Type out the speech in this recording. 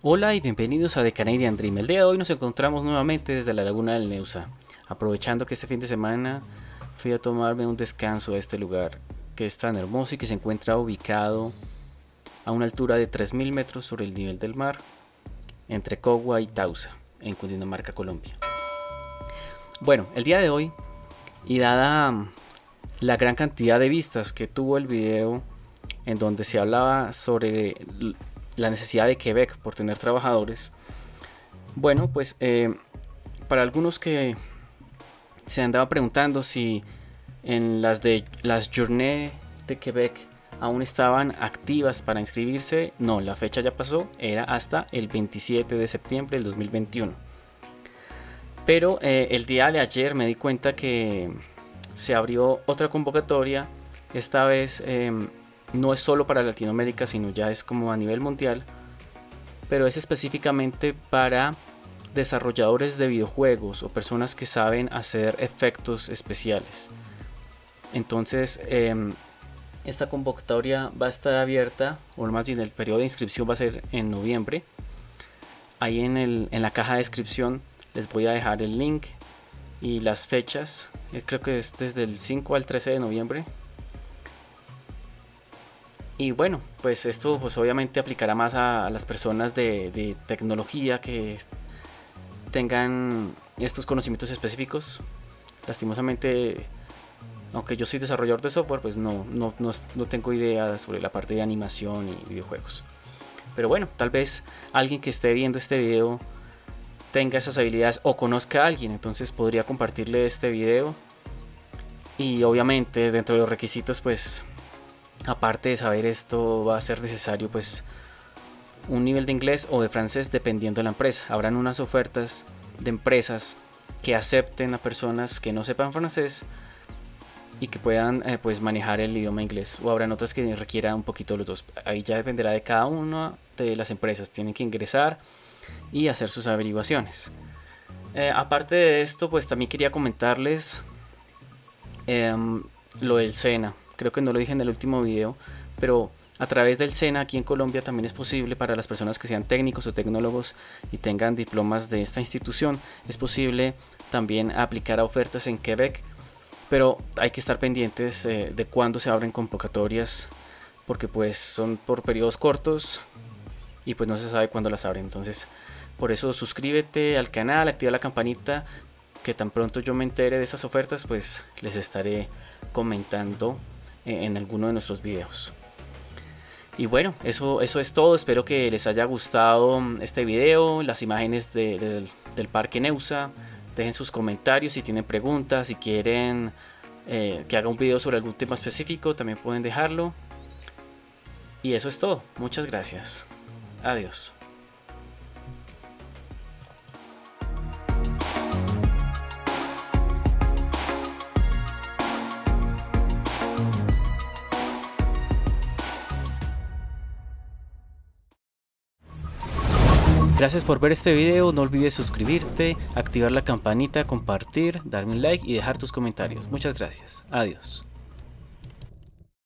Hola y bienvenidos a The Canadian Dream. El día de hoy nos encontramos nuevamente desde la laguna del Neusa, aprovechando que este fin de semana fui a tomarme un descanso a este lugar que es tan hermoso y que se encuentra ubicado a una altura de 3000 metros sobre el nivel del mar, entre Cogua y Tausa, en Cundinamarca, Colombia. Bueno, el día de hoy, y dada la gran cantidad de vistas que tuvo el video en donde se hablaba sobre la necesidad de Quebec por tener trabajadores, bueno, pues para algunos que se andaban preguntando si en las Journées de Quebec aún estaban activas para inscribirse, no, la fecha ya pasó, era hasta el 27 de septiembre del 2021. Pero el día de ayer me di cuenta que se abrió otra convocatoria, esta vez no es solo para Latinoamérica, sino ya es como a nivel mundial, pero es específicamente para desarrolladores de videojuegos o personas que saben hacer efectos especiales. Entonces esta convocatoria va a estar abierta, o más bien el periodo de inscripción va a ser en noviembre. Ahí en la caja de descripción les voy a dejar el link y las fechas. Creo que es desde el 5 al 13 de noviembre. Y bueno, pues esto pues obviamente aplicará más a las personas de tecnología que tengan estos conocimientos específicos. Lastimosamente, aunque yo soy desarrollador de software, pues no tengo idea sobre la parte de animación y videojuegos. Pero bueno, tal vez alguien que esté viendo este video tenga esas habilidades o conozca a alguien, entonces podría compartirle este video. Y obviamente dentro de los requisitos, pues aparte de saber esto, va a ser necesario pues un nivel de inglés o de francés dependiendo de la empresa. Habrán unas ofertas de empresas que acepten a personas que no sepan francés y que puedan pues manejar el idioma inglés, o habrán otras que requieran un poquito de los dos. Ahí ya dependerá de cada una de las empresas. Tienen que ingresar y hacer sus averiguaciones. Aparte de esto, pues también quería comentarles lo del SENA. Creo que no lo dije en el último video, pero a través del SENA aquí en Colombia también es posible para las personas que sean técnicos o tecnólogos y tengan diplomas de esta institución. Es posible también aplicar a ofertas en Quebec, pero hay que estar pendientes de cuándo se abren convocatorias, porque pues son por periodos cortos y pues no se sabe cuándo las abren. Entonces por eso suscríbete al canal, activa la campanita, que tan pronto yo me entere de estas ofertas pues les estaré comentando en alguno de nuestros videos. Y bueno, eso es todo. Espero que les haya gustado este video, las imágenes del Parque Neusa. Dejen sus comentarios si tienen preguntas, si quieren que haga un video sobre algún tema específico, también pueden dejarlo. Y eso es todo. Muchas gracias. Adiós. Gracias por ver este video, no olvides suscribirte, activar la campanita, compartir, darme un like y dejar tus comentarios. Muchas gracias. Adiós.